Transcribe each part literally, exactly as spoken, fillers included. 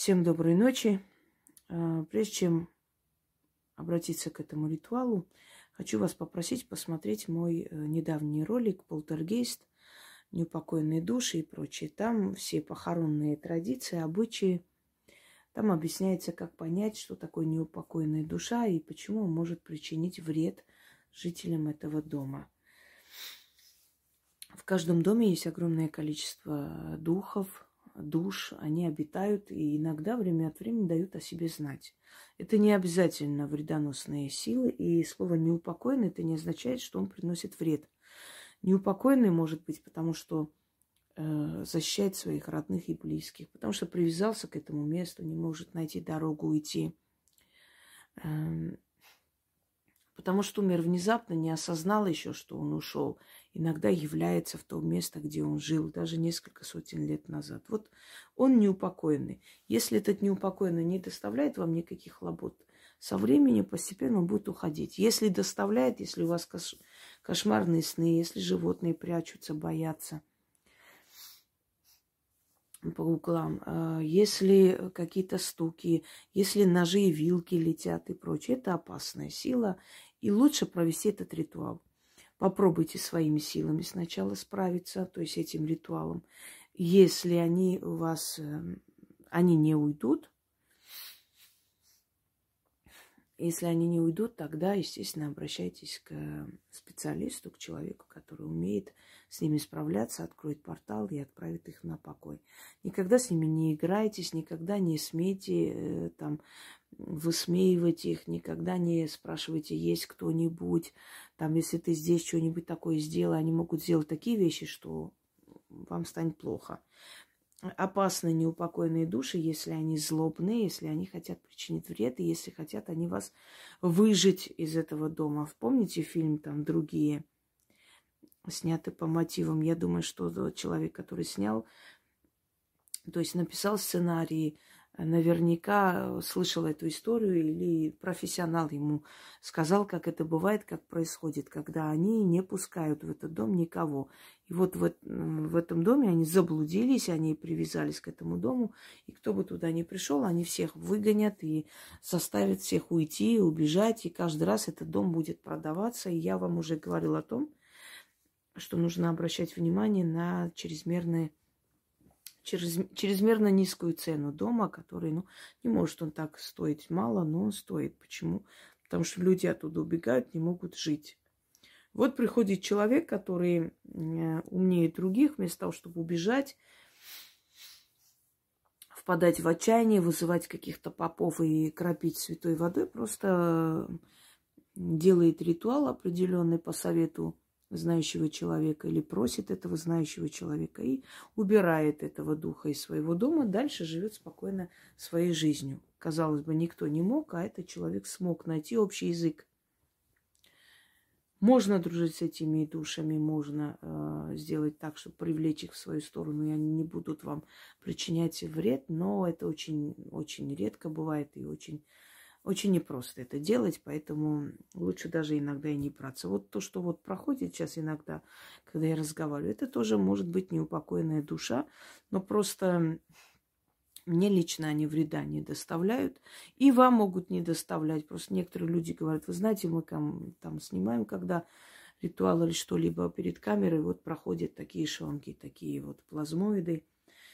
Всем доброй ночи. А, Прежде чем обратиться к этому ритуалу, хочу вас попросить посмотреть мой э, недавний ролик «Полтергейст», «Неупокоенные души» и прочее. Там все похоронные традиции, обычаи. Там объясняется, как понять, что такое неупокоенная душа и почему он может причинить вред жителям этого дома. В каждом доме есть огромное количество духов, душ, они обитают и иногда время от времени дают о себе знать. Это не обязательно вредоносные силы, и слово «неупокоенный» это не означает, что он приносит вред. Неупокоенный может быть потому, что э, защищает своих родных и близких, потому что привязался к этому месту, не может найти дорогу уйти, э, потому что умер внезапно, не осознал еще, что он ушел. Иногда является в то место, где он жил, даже несколько сотен лет назад. Вот он неупокоенный. Если этот неупокоенный не доставляет вам никаких хлопот, со временем постепенно он будет уходить. Если доставляет, если у вас кош... кошмарные сны, если животные прячутся, боятся по углам, если какие-то стуки, если ножи и вилки летят и прочее, это опасная сила. И лучше провести этот ритуал. Попробуйте своими силами сначала справиться, то есть этим ритуалом. Если они у вас, они не уйдут, если они не уйдут, тогда, естественно, обращайтесь к специалисту, к человеку, который умеет с ними справляться, откроет портал и отправит их на покой. Никогда с ними не играйтесь, никогда не смейте там высмеивать их, никогда не спрашивайте, есть кто-нибудь. Там, если ты здесь что-нибудь такое сделал, они могут сделать такие вещи, что вам станет плохо. Опасны неупокоенные души, если они злобные, если они хотят причинить вред, и если хотят они вас выжить из этого дома. Помните фильм там «Другие», снятый по мотивам? Я думаю, что человек, который снял, то есть написал сценарий, наверняка слышал эту историю, или профессионал ему сказал, как это бывает, как происходит, когда они не пускают в этот дом никого. И вот в, в этом доме они заблудились, они привязались к этому дому, и кто бы туда ни пришел, они всех выгонят и заставят всех уйти, убежать, и каждый раз этот дом будет продаваться. И я вам уже говорила о том, что нужно обращать внимание на чрезмерные Через, чрезмерно низкую цену дома, который, ну, не может он так стоить мало, но он стоит. Почему? Потому что люди оттуда убегают, не могут жить. Вот приходит человек, который умнее других, вместо того, чтобы убежать, впадать в отчаяние, вызывать каких-то попов и кропить святой водой, просто делает ритуал определенный по совету знающего человека или просит этого знающего человека и убирает этого духа из своего дома, дальше живет спокойно своей жизнью. Казалось бы, никто не мог, а этот человек смог найти общий язык. Можно дружить с этими душами, можно э, сделать так, чтобы привлечь их в свою сторону, и они не будут вам причинять вред, но это очень, очень редко бывает и очень Очень непросто это делать, поэтому лучше даже иногда и не браться. Вот то, что вот проходит сейчас иногда, когда я разговариваю, это тоже может быть неупокоенная душа, но просто мне лично они вреда не доставляют, и вам могут не доставлять. Просто некоторые люди говорят, вы знаете, мы там, там снимаем, когда ритуал или что-либо перед камерой, вот проходят такие шонки, такие вот плазмоиды,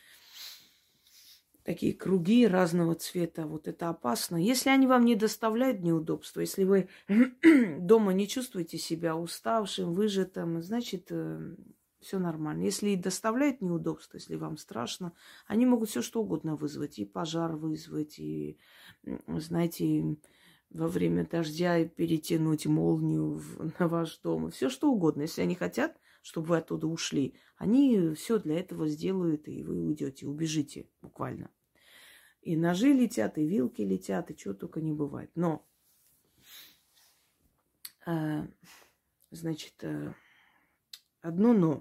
такие круги разного цвета, вот это опасно. Если они вам не доставляют неудобства, если вы дома не чувствуете себя уставшим, выжатым, значит, все нормально. Если и доставляют неудобства, если вам страшно, они могут все что угодно вызвать. И пожар вызвать, и, знаете, во время дождя перетянуть молнию на ваш дом. Все что угодно. Если они хотят, чтобы вы оттуда ушли, они все для этого сделают, и вы уйдете, убежите буквально. И ножи летят, и вилки летят, и чего только не бывает. Но, э, значит, э, одно но.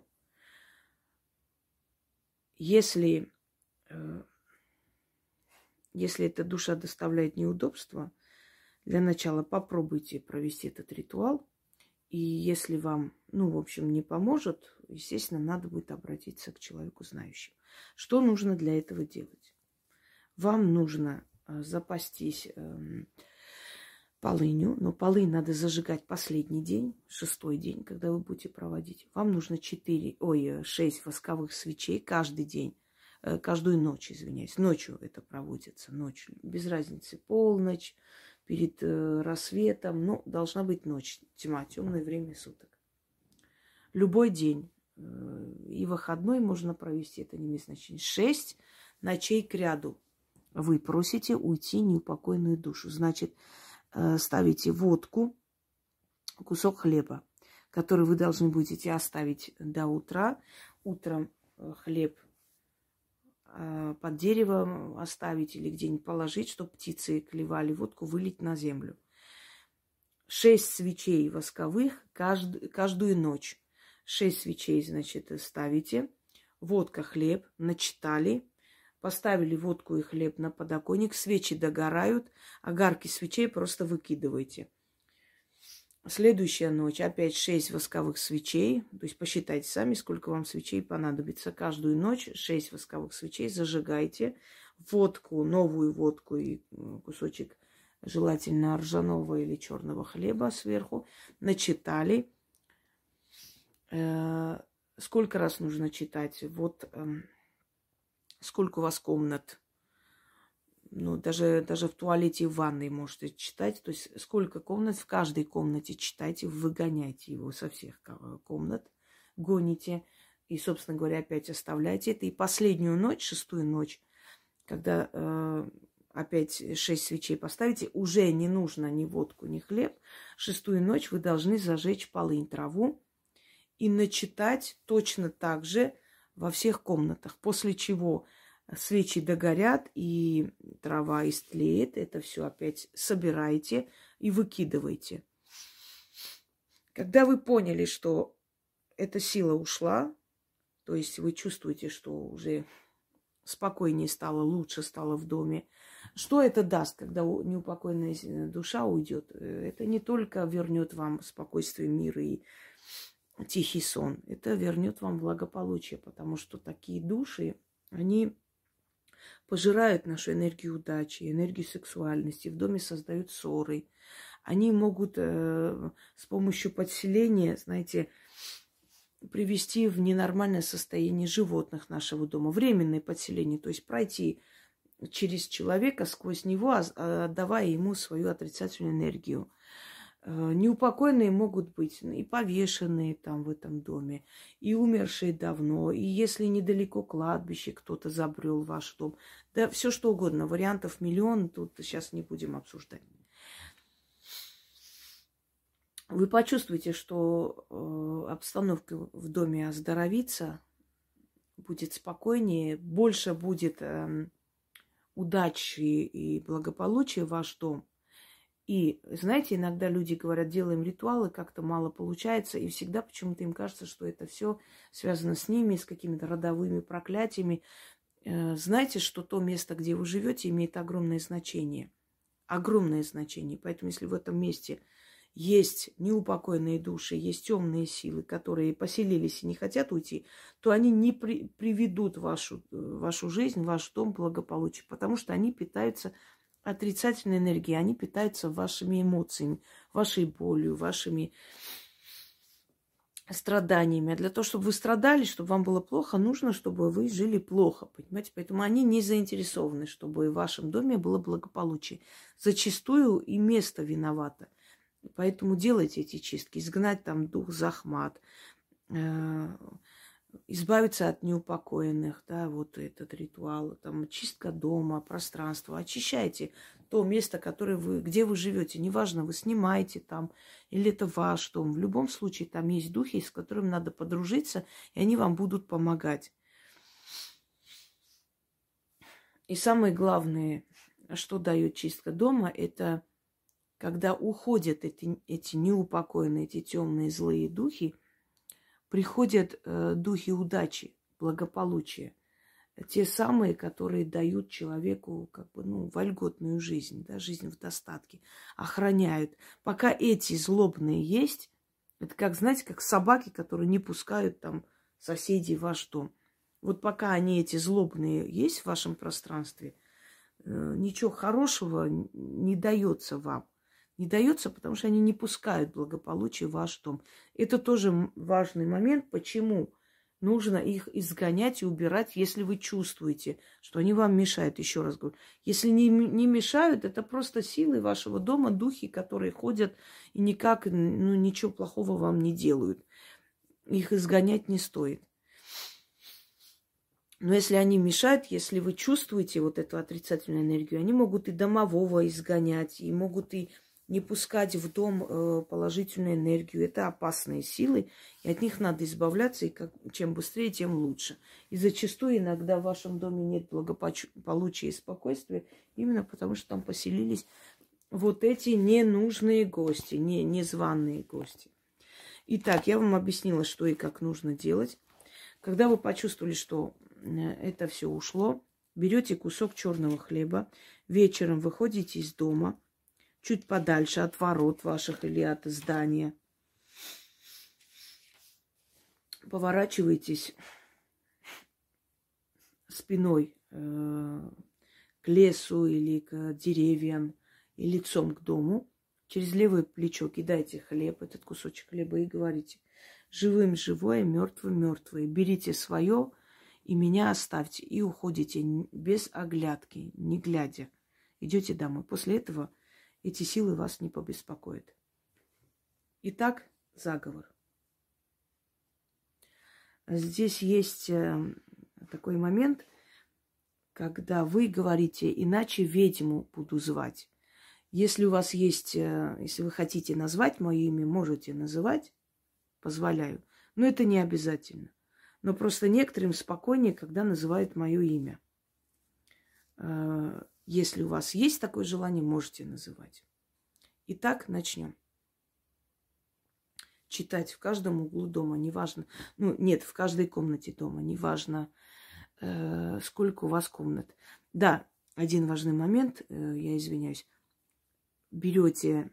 Если, э, если эта душа доставляет неудобства, для начала попробуйте провести этот ритуал. И если вам, ну, в общем, не поможет, естественно, надо будет обратиться к человеку знающему. Что нужно для этого делать? вам нужно запастись полынью, но полынь надо зажигать последний день, шестой день, когда вы будете проводить. Вам нужно четыре, ой, шесть восковых свечей каждый день, каждую ночь, извиняюсь. Ночью это проводится, ночью, без разницы, полночь, перед рассветом, но должна быть ночь, тьма, темное время суток. Любой день и выходной можно провести, это не имеет значения. Шесть ночей кряду вы просите уйти неупокоенную душу. Значит, ставите водку, кусок хлеба, который вы должны будете оставить до утра. Утром хлеб под деревом оставить или где-нибудь положить, чтобы птицы клевали, водку вылить на землю. Шесть свечей восковых кажд... каждую ночь. Шесть свечей, значит, ставите. Водка, хлеб, начитали. Поставили водку и хлеб на подоконник, свечи догорают, огарки свечей просто выкидываете. Следующая ночь, опять шесть восковых свечей, то есть посчитайте сами, сколько вам свечей понадобится. Каждую ночь шесть восковых свечей зажигайте, водку, новую водку и кусочек желательно ржаного или черного хлеба сверху, начитали. Сколько раз нужно читать? Вот... Сколько у вас комнат? Ну, даже, даже в туалете и в ванной можете читать. То есть сколько комнат, в каждой комнате читайте, выгоняйте его со всех комнат, гоните. И, собственно говоря, опять оставляйте это. И последнюю ночь, шестую ночь, когда э, опять шесть свечей поставите, уже не нужно ни водку, ни хлеб. Шестую ночь вы должны зажечь полынь, траву и начитать точно так же во всех комнатах, после чего свечи догорят и трава истлеет. Это все опять собирайте и выкидывайте. Когда вы поняли, что эта сила ушла, то есть вы чувствуете, что уже спокойнее стало, лучше стало в доме, что это даст, когда неупокоенная душа уйдет? Это не только вернет вам спокойствие, мир и тихий сон. Это вернет вам благополучие, потому что такие души, они пожирают нашу энергию удачи, энергию сексуальности, в доме создают ссоры. Они могут э, с помощью подселения, знаете, привести в ненормальное состояние животных нашего дома. Временное подселение, то есть пройти через человека, сквозь него, отдавая ему свою отрицательную энергию. Неупокоенные могут быть и повешенные там в этом доме, и умершие давно, и если недалеко кладбище, кто-то забрел в ваш дом. Да все что угодно, вариантов миллион, тут сейчас не будем обсуждать. Вы почувствуете, что э, обстановка в доме оздоровится, будет спокойнее, больше будет э, удачи и благополучия в ваш дом. И, знаете, иногда люди говорят, делаем ритуалы, как-то мало получается, и всегда почему-то им кажется, что это все связано с ними, с какими-то родовыми проклятиями. Знаете, что то место, где вы живете, имеет огромное значение. Огромное значение. Поэтому, если в этом месте есть неупокоенные души, есть темные силы, которые поселились и не хотят уйти, то они не при, приведут вашу, вашу жизнь, ваш дом благополучие, потому что они питаются отрицательной энергией, они питаются вашими эмоциями, вашей болью, вашими страданиями. А для того, чтобы вы страдали, чтобы вам было плохо, нужно, чтобы вы жили плохо, понимаете? Поэтому они не заинтересованы, чтобы в вашем доме было благополучие. Зачастую и место виновато. Поэтому делайте эти чистки. Изгнать там дух захмат, э- избавиться от неупокоенных, да, вот этот ритуал, там, чистка дома, пространства. Очищайте то место, которое вы, где вы живете. Неважно, вы снимаете там, или это ваш дом. В любом случае, там есть духи, с которыми надо подружиться, и они вам будут помогать. И самое главное, что дает чистка дома, это когда уходят эти, эти неупокоенные, эти темные злые духи, приходят э, духи удачи, благополучия. Те самые, которые дают человеку как бы, ну, вольготную жизнь, да, жизнь в достатке, охраняют. Пока эти злобные есть, это как, знаете, как собаки, которые не пускают там соседей в ваш дом. Вот пока они, эти злобные, есть в вашем пространстве, ничего хорошего не дается вам. Не дается, потому что они не пускают благополучие в ваш дом. Это тоже важный момент, почему нужно их изгонять и убирать, если вы чувствуете, что они вам мешают. Еще раз говорю, если не, не мешают, это просто силы вашего дома, духи, которые ходят и никак, ну, ничего плохого вам не делают. Их изгонять не стоит. Но если они мешают, если вы чувствуете вот эту отрицательную энергию, они могут и домового изгонять, и могут и не пускать в дом э, положительную энергию. Это опасные силы, и от них надо избавляться, и как, чем быстрее, тем лучше. И зачастую иногда в вашем доме нет благополучия и спокойствия, именно потому что там поселились вот эти ненужные гости, не, незваные гости. Итак, я вам объяснила, что и как нужно делать. Когда вы почувствовали, что это все ушло, берете кусок черного хлеба, вечером выходите из дома, чуть подальше от ворот ваших или от здания. Поворачиваетесь спиной э, к лесу или к деревьям, и лицом к дому. Через левое плечо кидайте хлеб, этот кусочек хлеба, и говорите: живым живое, мертвым мертвое. Берите свое и меня оставьте. И уходите без оглядки, не глядя. Идете домой. После этого эти силы вас не побеспокоят. Итак, заговор. Здесь есть такой момент, когда вы говорите: иначе ведьму буду звать. Если у вас есть, если вы хотите назвать мое имя, можете называть, позволяю. Но это не обязательно. Но просто некоторым спокойнее, когда называют мое имя. Если у вас есть такое желание, можете называть. Итак, начнем. Читать в каждом углу дома, неважно. Ну, нет, в каждой комнате дома, неважно, э, сколько у вас комнат. Да, один важный момент, э, я извиняюсь. Берете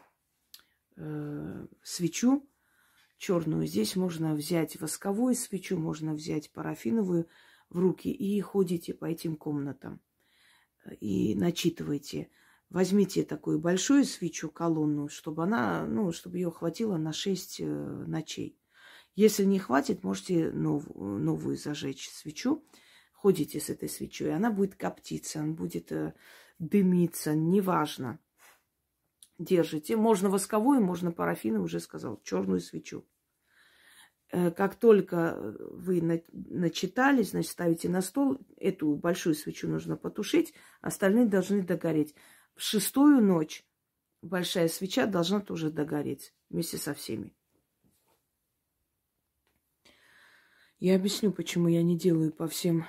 э, свечу черную. Здесь можно взять восковую свечу, можно взять парафиновую в руки и ходите по этим комнатам. И начитывайте. Возьмите такую большую свечу, колонну, чтобы она, ну, чтобы ее хватило на шесть э, ночей. Если не хватит, можете новую, новую зажечь свечу. Ходите с этой свечой, и она будет коптиться, она будет э, дымиться, неважно. Держите. Можно восковую, можно парафиновую, уже сказал, черную свечу. Э, как только вы на, начитали, значит, ставите на стол. Эту большую свечу нужно потушить, остальные должны догореть. В шестую ночь большая свеча должна тоже догореть вместе со всеми. Я объясню, почему я не делаю по всем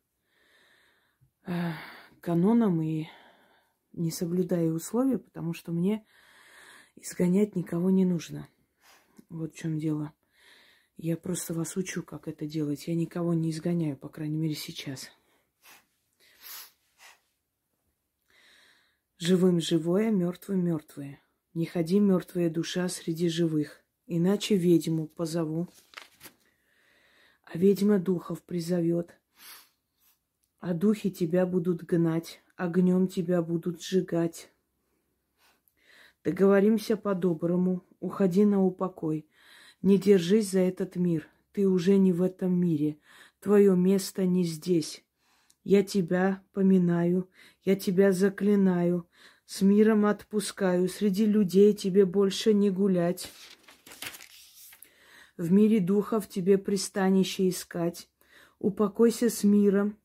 э, канонам и не соблюдаю условия, потому что мне изгонять никого не нужно. Вот в чем дело. Я просто вас учу, как это делать. Я никого не изгоняю, по крайней мере, сейчас. Живым живое, мертвым мертвое. Не ходи, мертвая душа, среди живых, иначе ведьму позову. А ведьма духов призовет, а духи тебя будут гнать, огнем тебя будут сжигать. Договоримся по-доброму, уходи на упокой. Не держись за этот мир, ты уже не в этом мире, твое место не здесь. Я тебя поминаю, я тебя заклинаю, с миром отпускаю, среди людей тебе больше не гулять. В мире духов тебе пристанище искать. Упокойся с миром.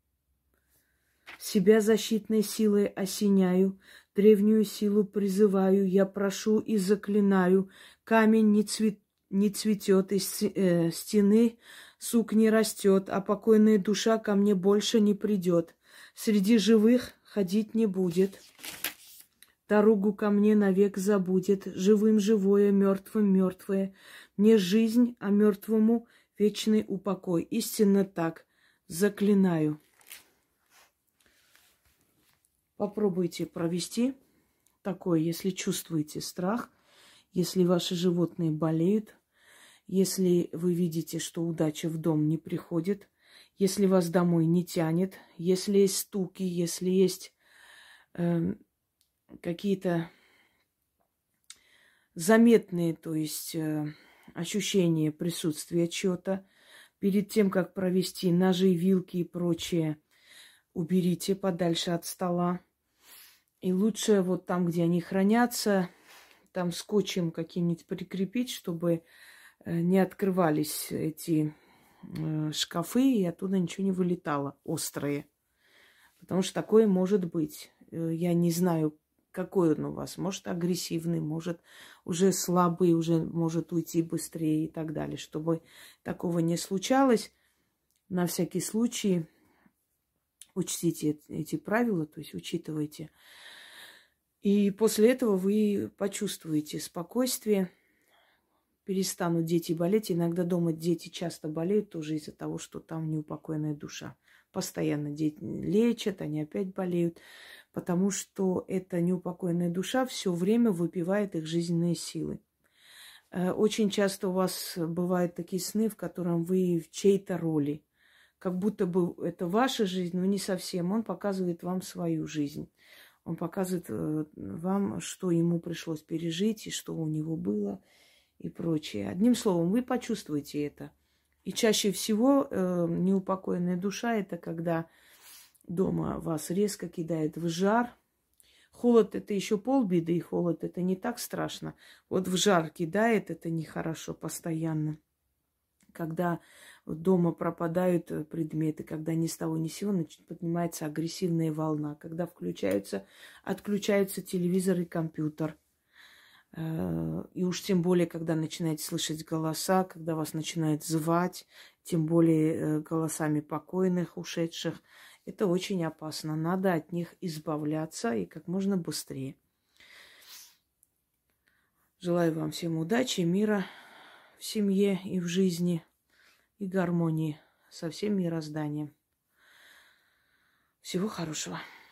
Себя защитной силой осеняю, древнюю силу призываю, я прошу и заклинаю. Камень не, цвет, не цветет, из э, стены сук не растет, а покойная душа ко мне больше не придет. Среди живых ходить не будет. Дорогу ко мне навек забудет, живым живое, мертвым мертвое. Мне жизнь, а мертвому вечный упокой. Истинно так, заклинаю. Попробуйте провести такое, если чувствуете страх, если ваши животные болеют, если вы видите, что удача в дом не приходит, Если вас домой не тянет, если есть стуки, если есть э, какие-то заметные, то есть э, ощущения присутствия чего-то, перед тем, как провести ножи, вилки и прочее, уберите подальше от стола. И лучше вот там, где они хранятся, там скотчем каким-нибудь прикрепить, чтобы не открывались эти э, шкафы, и оттуда ничего не вылетало острое. Потому что такое может быть. Я не знаю, какой он у вас. Может, агрессивный, может, уже слабый, уже может уйти быстрее и так далее. Чтобы такого не случалось, на всякий случай учтите эти правила, то есть учитывайте. И после этого вы почувствуете спокойствие, перестанут дети болеть. Иногда дома дети часто болеют тоже из-за того, что там неупокоенная душа. Постоянно дети лечат, они опять болеют, потому что эта неупокоенная душа все время выпивает их жизненные силы. Очень часто у вас бывают такие сны, в котором вы в чьей-то роли. Как будто бы это ваша жизнь, но не совсем. Он показывает вам свою жизнь. Он показывает вам, что ему пришлось пережить и что у него было и прочее. Одним словом, вы почувствуете это. И чаще всего э, неупокоенная душа – это когда дома вас резко кидает в жар. Холод – это еще полбеды, и холод – это не так страшно. Вот в жар кидает – это нехорошо постоянно. Когда дома пропадают предметы, когда ни с того ни с сего поднимается агрессивная волна, когда включаются, отключаются телевизор и компьютер. И уж тем более, когда начинаете слышать голоса, когда вас начинают звать, тем более голосами покойных, ушедших, это очень опасно. Надо от них избавляться и как можно быстрее. Желаю вам всем удачи, мира в семье и в жизни, и гармонии со всем мирозданием. Всего хорошего.